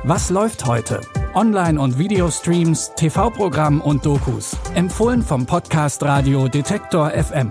Was läuft heute? Online- und Videostreams, TV-Programm und Dokus. Empfohlen vom Podcast Radio Detektor FM.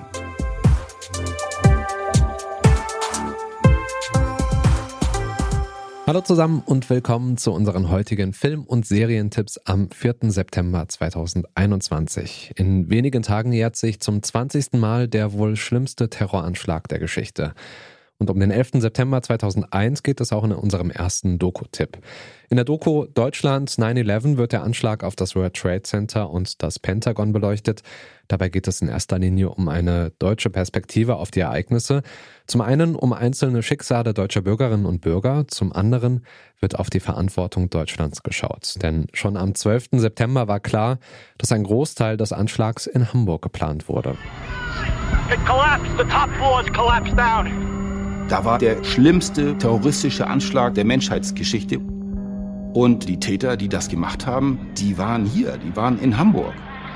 Hallo zusammen und willkommen zu unseren heutigen Film- und Serientipps am 4. September 2021. In wenigen Tagen jährt sich zum 20. Mal der wohl schlimmste Terroranschlag der Geschichte. Und um den 11. September 2001 geht es auch in unserem ersten Doku-Tipp. In der Doku Deutschland 9/11 wird der Anschlag auf das World Trade Center und das Pentagon beleuchtet. Dabei geht es in erster Linie um eine deutsche Perspektive auf die Ereignisse. Zum einen um einzelne Schicksale deutscher Bürgerinnen und Bürger, zum anderen wird auf die Verantwortung Deutschlands geschaut. Denn schon am 12. September war klar, dass ein Großteil des Anschlags in Hamburg geplant wurde. It collapsed. The top floor has collapsed down. Da war der schlimmste terroristische Anschlag der Menschheitsgeschichte. Und die Täter, die das gemacht haben, die waren hier, die waren in Hamburg.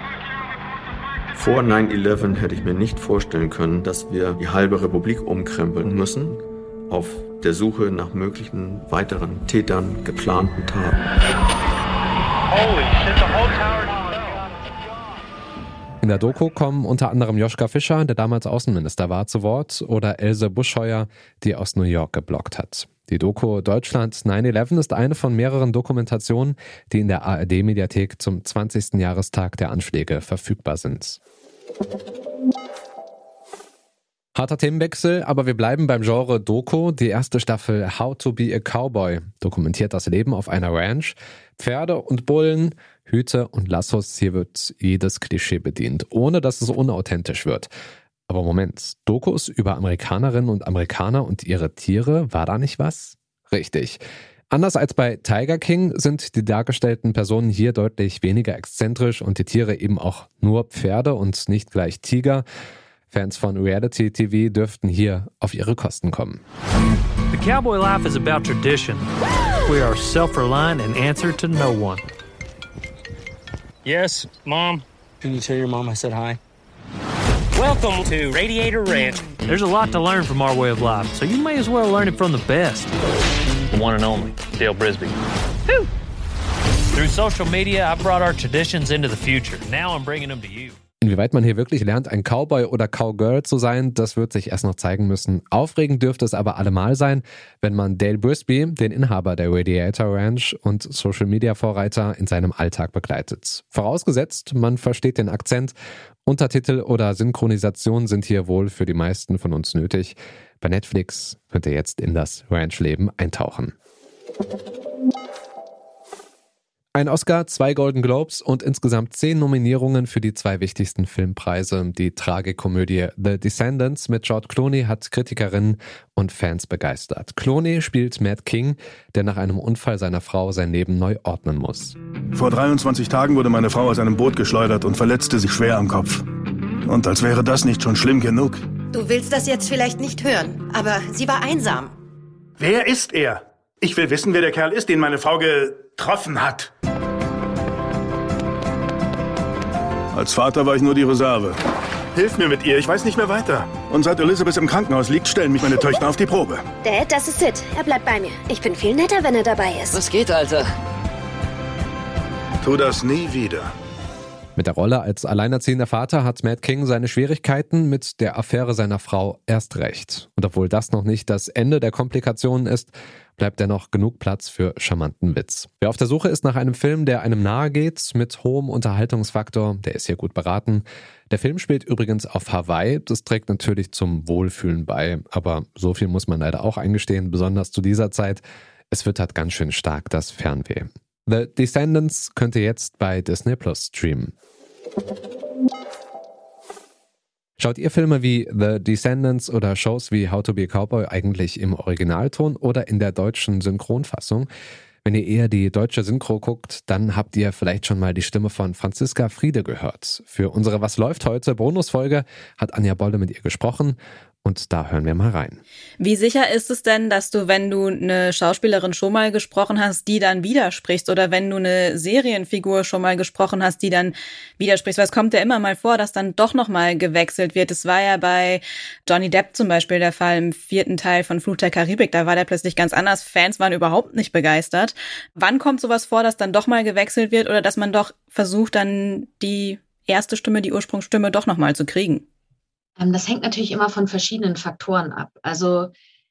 Vor 9/11 hätte ich mir nicht vorstellen können, dass wir die halbe Republik umkrempeln müssen, auf der Suche nach möglichen weiteren Tätern, geplanten Taten. Holy shit, the whole tower. In der Doku kommen unter anderem Joschka Fischer, der damals Außenminister war, zu Wort, oder Else Buscheuer, die aus New York gebloggt hat. Die Doku Deutschland 9/11 ist eine von mehreren Dokumentationen, die in der ARD-Mediathek zum 20. Jahrestag der Anschläge verfügbar sind. Harter Themenwechsel, aber wir bleiben beim Genre Doku. Die erste Staffel How to be a Cowboy dokumentiert das Leben auf einer Ranch. Pferde und Bullen, Hüte und Lassos, hier wird jedes Klischee bedient, ohne dass es unauthentisch wird. Aber Moment, Dokus über Amerikanerinnen und Amerikaner und ihre Tiere, war da nicht was? Richtig. Anders als bei Tiger King sind die dargestellten Personen hier deutlich weniger exzentrisch und die Tiere eben auch nur Pferde und nicht gleich Tiger. Fans von Reality-TV dürften hier auf ihre Kosten kommen. The cowboy life is about tradition. We are self-reliant and answer to no one. Yes, Mom. Can you tell your mom I said hi? Welcome to Radiator Ranch. There's a lot to learn from our way of life, so you may as well learn it from the best. The one and only, Dale Brisby. Woo! Through social media, I brought our traditions into the future. Now I'm bringing them to you. Inwieweit man hier wirklich lernt, ein Cowboy oder Cowgirl zu sein, das wird sich erst noch zeigen müssen. Aufregend dürfte es aber allemal sein, wenn man Dale Brisby, den Inhaber der Radiator Ranch und Social-Media-Vorreiter, in seinem Alltag begleitet. Vorausgesetzt, man versteht den Akzent. Untertitel oder Synchronisation sind hier wohl für die meisten von uns nötig. Bei Netflix könnt ihr jetzt in das Ranch-Leben eintauchen. Ein Oscar, 2 Golden Globes und insgesamt 10 Nominierungen für die 2 wichtigsten Filmpreise. Die Tragikomödie The Descendants mit George Clooney hat Kritikerinnen und Fans begeistert. Clooney spielt Matt King, der nach einem Unfall seiner Frau sein Leben neu ordnen muss. Vor 23 Tagen wurde meine Frau aus einem Boot geschleudert und verletzte sich schwer am Kopf. Und als wäre das nicht schon schlimm genug. Du willst das jetzt vielleicht nicht hören, aber sie war einsam. Wer ist er? Ich will wissen, wer der Kerl ist, den meine Frau getroffen hat. Als Vater war ich nur die Reserve. Hilf mir mit ihr, ich weiß nicht mehr weiter. Und seit Elizabeth im Krankenhaus liegt, stellen mich meine Töchter auf die Probe. Dad, das ist Sid. Er bleibt bei mir. Ich bin viel netter, wenn er dabei ist. Was geht, Alter? Tu das nie wieder. Mit der Rolle als alleinerziehender Vater hat Matt King seine Schwierigkeiten, mit der Affäre seiner Frau erst recht. Und obwohl das noch nicht das Ende der Komplikationen ist, bleibt dennoch genug Platz für charmanten Witz. Wer auf der Suche ist nach einem Film, der einem nahe geht, mit hohem Unterhaltungsfaktor, der ist hier gut beraten. Der Film spielt übrigens auf Hawaii, das trägt natürlich zum Wohlfühlen bei, aber so viel muss man leider auch eingestehen, besonders zu dieser Zeit. Es wittert ganz schön stark das Fernweh. The Descendants könnt ihr jetzt bei Disney Plus streamen. Schaut ihr Filme wie The Descendants oder Shows wie How to be a Cowboy eigentlich im Originalton oder in der deutschen Synchronfassung? Wenn ihr eher die deutsche Synchro guckt, dann habt ihr vielleicht schon mal die Stimme von Franziska Friede gehört. Für unsere Was läuft heute Bonusfolge hat Anja Bolle mit ihr gesprochen Und da hören wir mal rein. Wie sicher ist es denn, dass du, wenn du eine Schauspielerin schon mal gesprochen hast, die dann widersprichst? Oder wenn du eine Serienfigur schon mal gesprochen hast, die dann widersprichst? Weil es kommt ja immer mal vor, dass dann doch nochmal gewechselt wird. Das war ja bei Johnny Depp zum Beispiel der Fall im 4. Teil von Fluch der Karibik. Da war der plötzlich ganz anders. Fans waren überhaupt nicht begeistert. Wann kommt sowas vor, dass dann doch mal gewechselt wird oder dass man doch versucht, dann die erste Stimme, die Ursprungsstimme doch nochmal zu kriegen? Das hängt natürlich immer von verschiedenen Faktoren ab. Also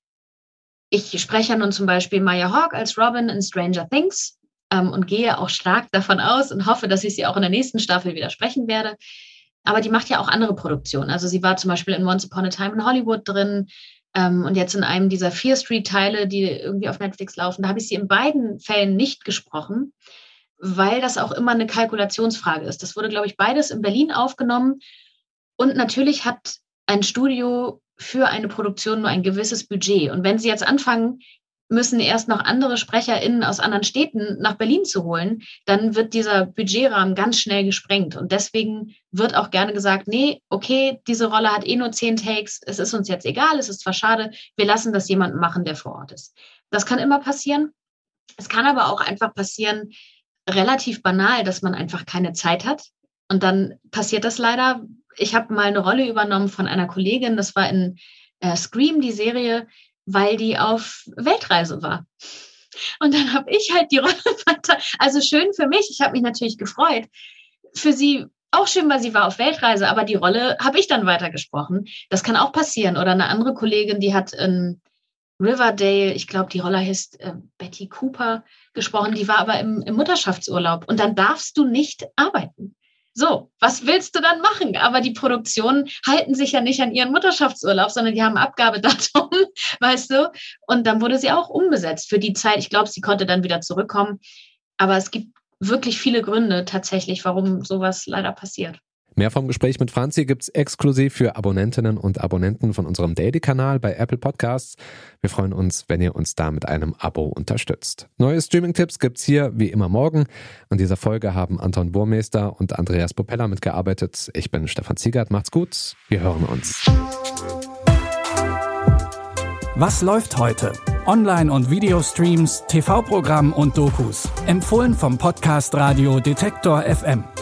ich spreche ja nun zum Beispiel Maya Hawke als Robin in Stranger Things und gehe auch stark davon aus und hoffe, dass ich sie auch in der nächsten Staffel wieder sprechen werde. Aber die macht ja auch andere Produktionen. Also sie war zum Beispiel in Once Upon a Time in Hollywood drin und jetzt in einem dieser Fear Street-Teile, die irgendwie auf Netflix laufen. Da habe ich sie in beiden Fällen nicht gesprochen, weil das auch immer eine Kalkulationsfrage ist. Das wurde, glaube ich, beides in Berlin aufgenommen. Und natürlich hat ein Studio für eine Produktion nur ein gewisses Budget. Und wenn sie jetzt anfangen, müssen erst noch andere SprecherInnen aus anderen Städten nach Berlin zu holen, dann wird dieser Budgetrahmen ganz schnell gesprengt. Und deswegen wird auch gerne gesagt, nee, okay, diese Rolle hat nur 10 Takes, es ist uns jetzt egal, es ist zwar schade, wir lassen das jemanden machen, der vor Ort ist. Das kann immer passieren. Es kann aber auch einfach passieren, relativ banal, dass man einfach keine Zeit hat. Und dann passiert das leider. Ich habe mal eine Rolle übernommen von einer Kollegin, das war in Scream, die Serie, weil die auf Weltreise war. Und dann habe ich halt die Rolle weiter, also schön für mich, ich habe mich natürlich gefreut, für sie auch schön, weil sie war auf Weltreise, aber die Rolle habe ich dann weitergesprochen. Das kann auch passieren. Oder eine andere Kollegin, die hat in Riverdale, ich glaube, die Rolle heißt Betty Cooper, gesprochen, die war aber im Mutterschaftsurlaub. Und dann darfst du nicht arbeiten. So, was willst du dann machen? Aber die Produktionen halten sich ja nicht an ihren Mutterschaftsurlaub, sondern die haben Abgabedatum, weißt du? Und dann wurde sie auch umbesetzt für die Zeit. Ich glaube, sie konnte dann wieder zurückkommen. Aber es gibt wirklich viele Gründe tatsächlich, warum sowas leider passiert. Mehr vom Gespräch mit Franzi gibt's exklusiv für Abonnentinnen und Abonnenten von unserem Daily-Kanal bei Apple Podcasts. Wir freuen uns, wenn ihr uns da mit einem Abo unterstützt. Neue Streaming-Tipps gibt's hier wie immer morgen. An dieser Folge haben Anton Burmester und Andreas Popella mitgearbeitet. Ich bin Stefan Ziegert. Macht's gut. Wir hören uns. Was läuft heute? Online- und Videostreams, TV-Programm und Dokus. Empfohlen vom Podcast Radio Detektor FM.